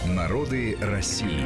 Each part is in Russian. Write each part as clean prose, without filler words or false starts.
Народы России.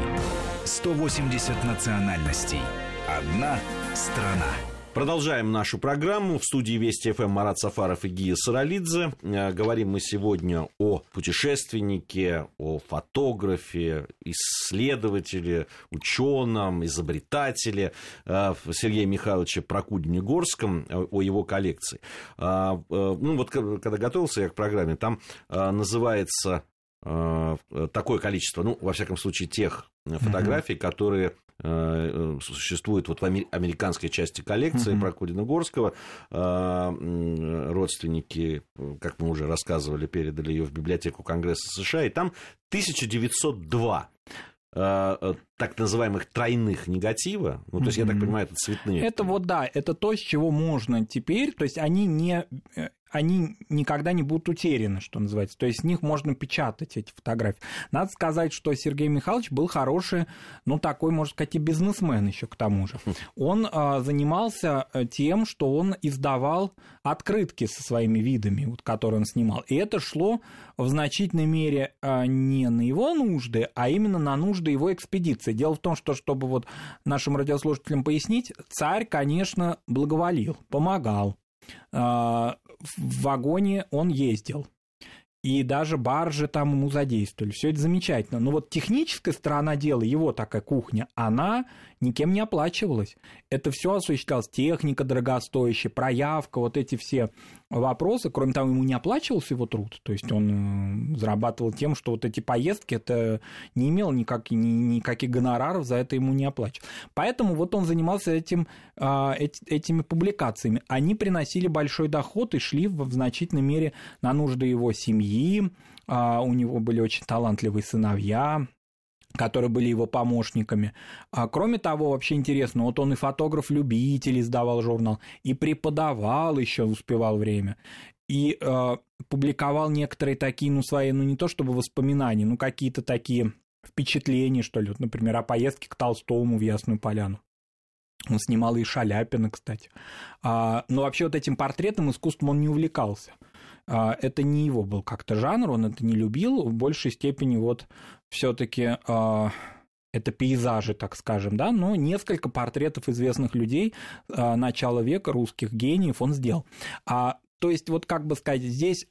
180 национальностей. Одна страна. Продолжаем нашу программу. В студии Вести ФМ Марат Сафаров и Гия Саралидзе. Говорим мы сегодня о путешественнике, о фотографе, исследователе, ученом, изобретателе Сергее Михайловиче Прокудине-Горском, о его коллекции. Ну вот когда готовился я к программе, там называется такое количество, ну, во всяком случае, тех фотографий, которые существуют вот в американской части коллекции Прокудина-Горского. Родственники, как мы уже рассказывали, передали ее в библиотеку Конгресса США, и там 1902 так называемых тройных негатива, ну, то есть, я так понимаю, это цветные. Это вот, да, это то, с чего можно теперь, то есть, они никогда не будут утеряны, что называется, то есть, с них можно печатать эти фотографии. Надо сказать, что Сергей Михайлович был хороший, ну, такой, можно сказать, и бизнесмен еще к тому же. Он занимался тем, что он издавал открытки со своими видами, вот, которые он снимал, и это шло в значительной мере не на его нужды, а именно на нужды его экспедиции. Дело в том, что, чтобы вот нашим радиослушателям пояснить, царь, конечно, благоволил, помогал. В вагоне он ездил. И даже баржи там ему задействовали. Все это замечательно. Но вот техническая сторона дела, его такая кухня, она никем не оплачивалась. Это все осуществлялось, техника дорогостоящая, проявка, вот эти все вопросы. Кроме того, ему не оплачивался его труд. То есть он зарабатывал тем, что вот эти поездки, это не имел никаких гонораров, за это ему не оплачивали. Поэтому вот он занимался этими публикациями. Они приносили большой доход и шли в значительной мере на нужды его семьи. У него были очень талантливые сыновья, которые были его помощниками. Кроме того, вообще интересно, вот он и фотограф-любитель, издавал журнал, и преподавал еще, успевал время, и публиковал некоторые такие, ну, свои, ну, не то чтобы воспоминания, ну, какие-то такие впечатления, что ли, вот, например, о поездке к Толстому в Ясную Поляну. Он снимал и Шаляпина, кстати. Но вообще вот этим портретным искусством он не увлекался. Это не его был как-то жанр, он это не любил, в большей степени вот все-таки это пейзажи, так скажем, да, но несколько портретов известных людей начала века, русских гениев он сделал. То есть, вот как бы сказать, здесь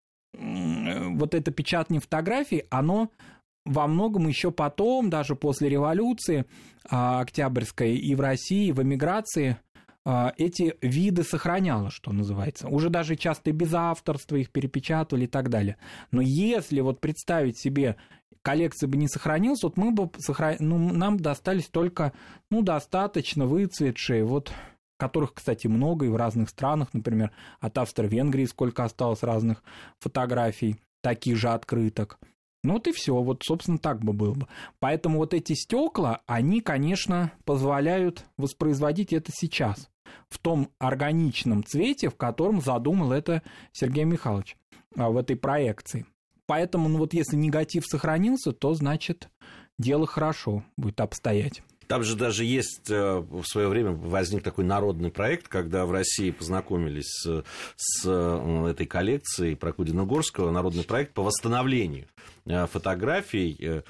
вот это печатание фотографий, оно во многом еще потом, даже после революции Октябрьской и в России, и в эмиграции, эти виды сохраняло, что называется. Уже даже часто и без авторства их перепечатывали и так далее. Но если вот представить себе, коллекция бы не сохранилась, вот мы бы нам достались только достаточно выцветшие, вот, которых, кстати, много и в разных странах, например, от Австро-Венгрии сколько осталось разных фотографий, таких же открыток. Ну вот и все, вот, собственно, так бы было бы. Поэтому вот эти стекла, они, конечно, позволяют воспроизводить это сейчас, в том органичном цвете, в котором задумал это Сергей Михайлович в этой проекции. Поэтому, ну вот если негатив сохранился, то, значит, дело хорошо будет обстоять. Там же даже есть, в свое время возник такой народный проект, когда в России познакомились с этой коллекцией Прокудина-Горского, народный проект по восстановлению фотографий.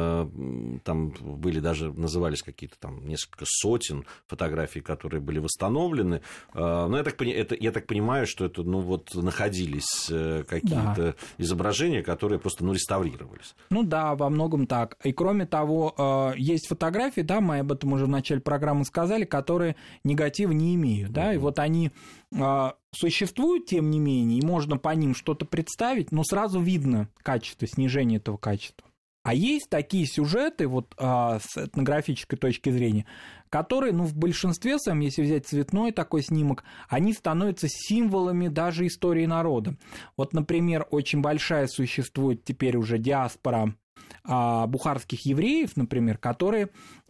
Там были даже, назывались какие-то там несколько сотен фотографий, которые были восстановлены. Но я так понимаю, что это, ну вот, находились какие-то изображения, которые просто, реставрировались. Ну да, во многом так. И кроме того, есть фотографии, да, мы об этом уже в начале программы сказали, которые негатива не имеют, да, и вот они существуют, тем не менее, и можно по ним что-то представить, но сразу видно качество, снижение этого качества. А есть такие сюжеты, вот с этнографической точки зрения, которые, в большинстве своем, если взять цветной такой снимок, они становятся символами даже истории народа. Вот, например, очень большая существует теперь уже диаспора бухарских евреев, например, которые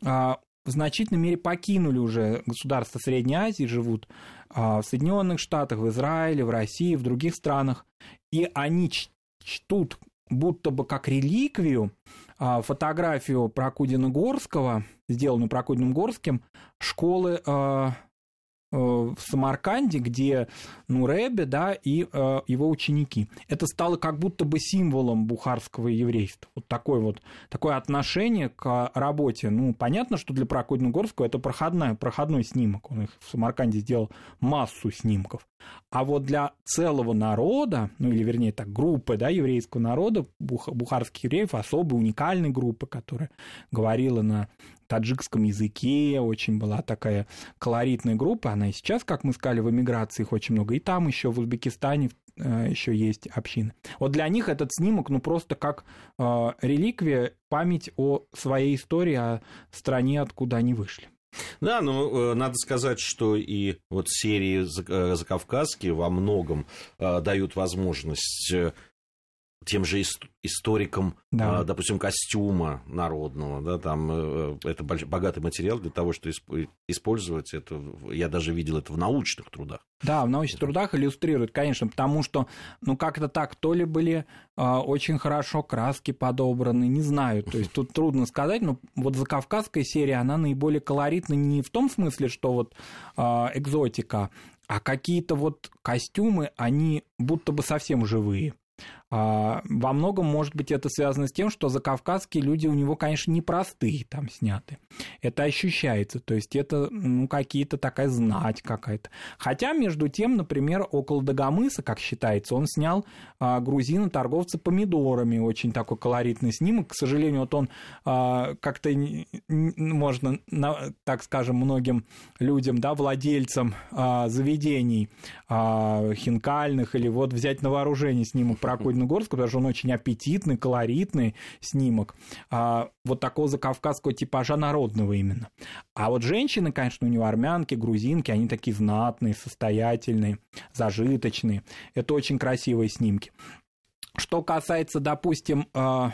в значительной мере покинули уже государства Средней Азии, живут в Соединенных Штатах, в Израиле, в России, в других странах, и они чтут будто бы как реликвию фотографию Прокудина-Горского, сделанную Прокудиным-Горским, школы в Самарканде, где Рэбе, да, и его ученики. Это стало как будто бы символом бухарского еврейства. Вот такое отношение к работе. Ну, понятно, что для Прокудина-Горского это проходной снимок. Он их в Самарканде сделал массу снимков. А вот для целого народа, ну или вернее так, группы, да, еврейского народа, бухарских евреев, особой уникальной группы, которая говорила на таджикском языке, очень была такая колоритная группа, она и сейчас, как мы сказали, в эмиграции их очень много, и там еще в Узбекистане еще есть общины. Вот для них этот снимок, ну, просто как реликвия, память о своей истории, о стране, откуда они вышли. Да, ну, надо сказать, что и вот серии закавказские во многом дают возможность тем же историкам, да, допустим, костюма народного, да, там это богатый материал для того, чтобы использовать это. Я даже видел это в научных трудах. Да, в научных трудах иллюстрируют, конечно, потому что, ну, как-то так, то ли были очень хорошо краски подобраны, не знаю, то есть тут трудно сказать, но вот закавказская серия, она наиболее колоритна не в том смысле, что вот экзотика, а какие-то вот костюмы, они будто бы совсем живые. Во многом, может быть, это связано с тем, что закавказские люди у него, конечно, непростые там сняты. Это ощущается, то есть это, ну, какие-то такая знать какая-то. Хотя, между тем, например, около Дагомыса, как считается, он снял грузина-торговца помидорами, очень такой колоритный снимок. К сожалению, вот он как-то можно, так скажем, многим людям, да, владельцам заведений хинкальных или вот взять на вооружение снимок Прокудина-Горского, потому что он очень аппетитный, колоритный снимок, вот такого закавказского типажа народного именно. А вот женщины, конечно, у него армянки, грузинки, они такие знатные, состоятельные, зажиточные. Это очень красивые снимки. Что касается, допустим,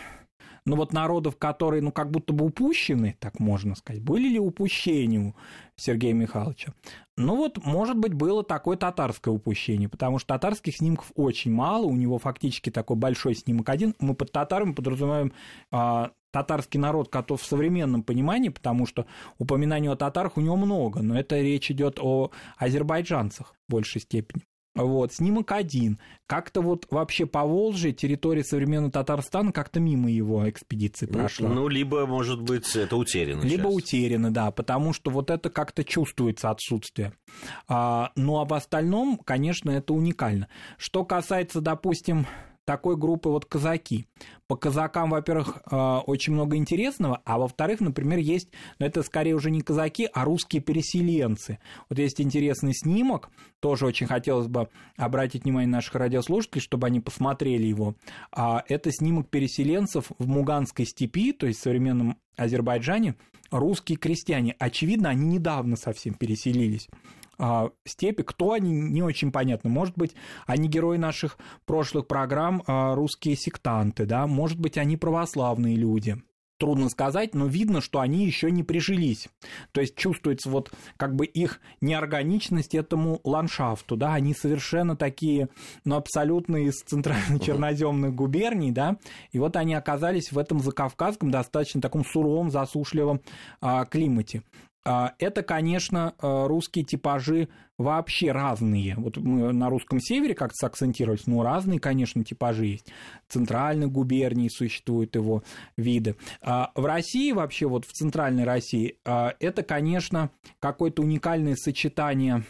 ну вот народов, которые, ну, как будто бы упущены, так можно сказать, были ли упущения у Сергея Михайловича? Ну вот, может быть, было такое татарское упущение, потому что татарских снимков очень мало, у него фактически такой большой снимок один. Мы под татарами подразумеваем татарский народ, который в современном понимании, потому что упоминаний о татарах у него много, но это речь идет о азербайджанцах в большей степени. Вот, снимок один. Как-то вот вообще по Волжье, территория современного Татарстана, как-то мимо его экспедиции прошла. Ну, либо, может быть, это утеряно. Либо утеряно, да, потому что вот это как-то чувствуется отсутствие. Ну, а в остальном, конечно, это уникально. Что касается, допустим, такой группы вот казаки. По казакам, во-первых, очень много интересного, а во-вторых, например, есть, но это скорее уже не казаки, а русские переселенцы. Вот есть интересный снимок, тоже очень хотелось бы обратить внимание наших радиослушателей, чтобы они посмотрели его. Это снимок переселенцев в Муганской степи, то есть в современном Азербайджане, русские крестьяне. Очевидно, они недавно совсем переселились в степи. Кто они, не очень понятно. Может быть, они герои наших прошлых программ, русские сектанты, да? Может быть, они православные люди. Трудно сказать, но видно, что они еще не прижились. То есть чувствуется вот как бы их неорганичность этому ландшафту, да, они совершенно такие, ну, абсолютно из центрально-черноземных губерний, да, и вот они оказались в этом закавказском, достаточно таком суровом, засушливом климате. Это, конечно, русские типажи вообще разные. Вот мы на русском севере как-то сакцентировались, но разные, конечно, типажи есть. В центральной губернии существуют его виды. В России вообще, вот в центральной России, это, конечно, какое-то уникальное сочетание.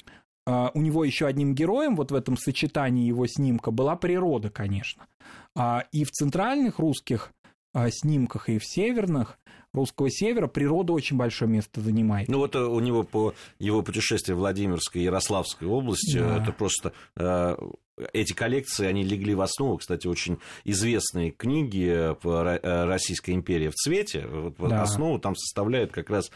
У него еще одним героем вот в этом сочетании его снимка была природа, конечно. И в центральных русских снимках, и в северных русского севера природа очень большое место занимает. Ну вот у него по его путешествию в Владимирской и Ярославской области, да, это просто... Эти коллекции, они легли в основу, кстати, очень известные книги по Российской империи в цвете. Вот, да. Основу там составляют как раз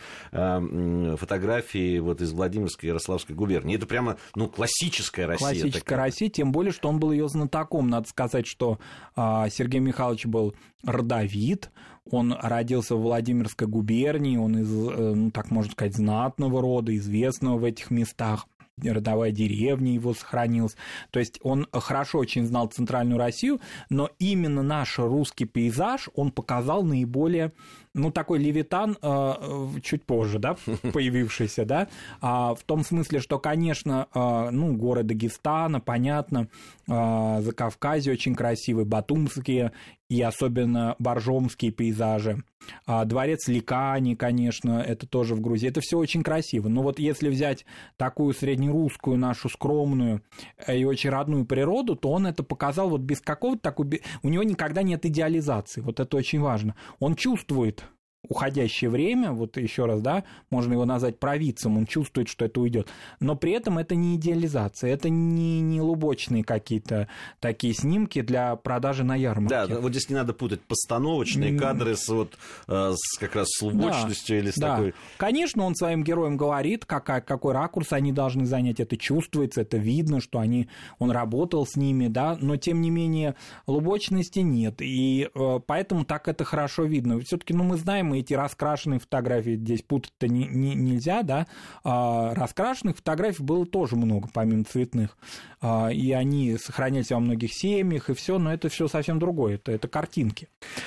фотографии вот из Владимирской и Ярославской губернии. Это прямо, ну, классическая Россия. Классическая такая. Россия, тем более, что он был ее знатоком. Надо сказать, что Сергей Михайлович был родовит, он родился в Владимирской губернии, он из, ну, так можно сказать, знатного рода, известного в этих местах. родовая деревня его сохранилась. То есть он хорошо очень знал Центральную Россию, но именно наш русский пейзаж он показал наиболее, такой Левитан чуть позже, да, появившийся, да, в том смысле, что, конечно, горы Дагестана, понятно, Закавказье очень красивые, батумские и особенно боржомские пейзажи. Дворец Ликани, конечно, это тоже в Грузии. Это все очень красиво. Но вот если взять такую среднерусскую, нашу скромную и очень родную природу, то он это показал вот без какого-то такого... У него никогда нет идеализации. Вот это очень важно. Он чувствует уходящее время, вот еще раз, да, можно его назвать провидцем, он чувствует, что это уйдет, но при этом это не идеализация, это не лубочные какие-то такие снимки для продажи на ярмарке. Да, вот здесь не надо путать постановочные кадры как раз с лубочностью или с такой... Конечно, он своим героям говорит, какой ракурс они должны занять, это чувствуется, это видно, что он работал с ними, да, но тем не менее лубочности нет, и поэтому так это хорошо видно. Все-таки, мы знаем, эти раскрашенные фотографии, здесь путать-то нельзя, да, раскрашенных фотографий было тоже много, помимо цветных, и они сохранялись во многих семьях, и все, но это все совсем другое, это картинки.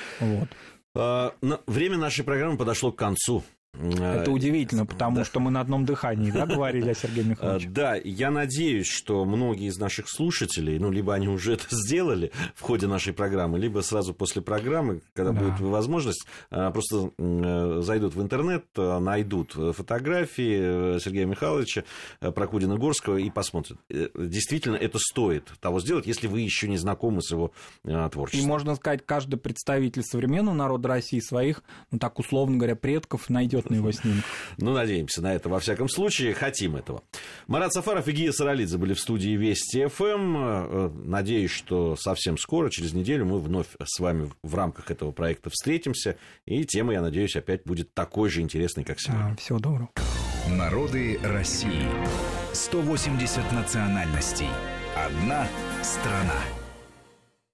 Вот. Время нашей программы подошло к концу. Это удивительно, потому что мы на одном дыхании, да, говорили о Сергее Михайловиче. Да, я надеюсь, что многие из наших слушателей, либо они уже это сделали в ходе нашей программы, либо сразу после программы, когда будет возможность, просто зайдут в интернет, найдут фотографии Сергея Михайловича, Прокудина-Горского и посмотрят. Действительно, это стоит того сделать, если вы еще не знакомы с его творчеством. И можно сказать, каждый представитель современного народа России своих, так условно говоря, предков найдет на его снимок. Надеемся на это, во всяком случае, хотим этого. Марат Сафаров и Гия Саралидзе были в студии Вести ФМ. Надеюсь, что совсем скоро, через неделю, мы вновь с вами в рамках этого проекта встретимся, и тема, я надеюсь, опять будет такой же интересной, как сегодня. Всего доброго. Народы России. 180 национальностей. Одна страна.